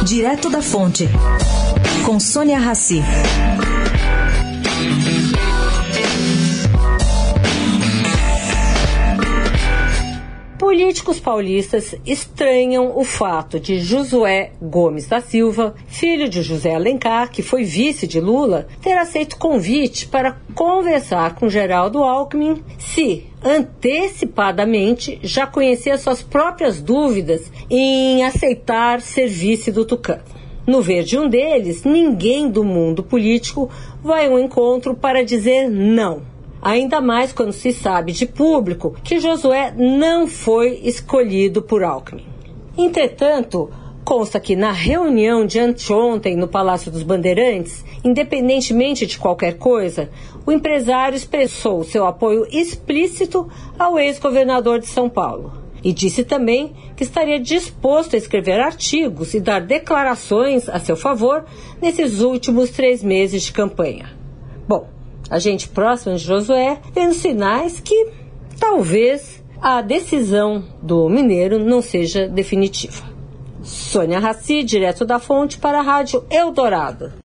Direto da Fonte, com Sônia Rassi. Políticos paulistas estranham o fato de Josué Gomes da Silva, filho de José Alencar, que foi vice de Lula, ter aceito convite para conversar com Geraldo Alckmin se, antecipadamente, já conhecia suas próprias dúvidas em aceitar ser vice do Tucano. No ver de um deles, ninguém do mundo político vai a um encontro para dizer não. Ainda mais quando se sabe de público que Josué não foi escolhido por Alckmin. Entretanto, consta que na reunião de anteontem no Palácio dos Bandeirantes, independentemente de qualquer coisa, o empresário expressou seu apoio explícito ao ex-governador de São Paulo. E disse também que estaria disposto a escrever artigos e dar declarações a seu favor nesses últimos 3 meses de campanha. Bom, a gente próximo de Josué vendo sinais que talvez a decisão do mineiro não seja definitiva. Sônia Rassi, direto da Fonte para a Rádio Eldorado.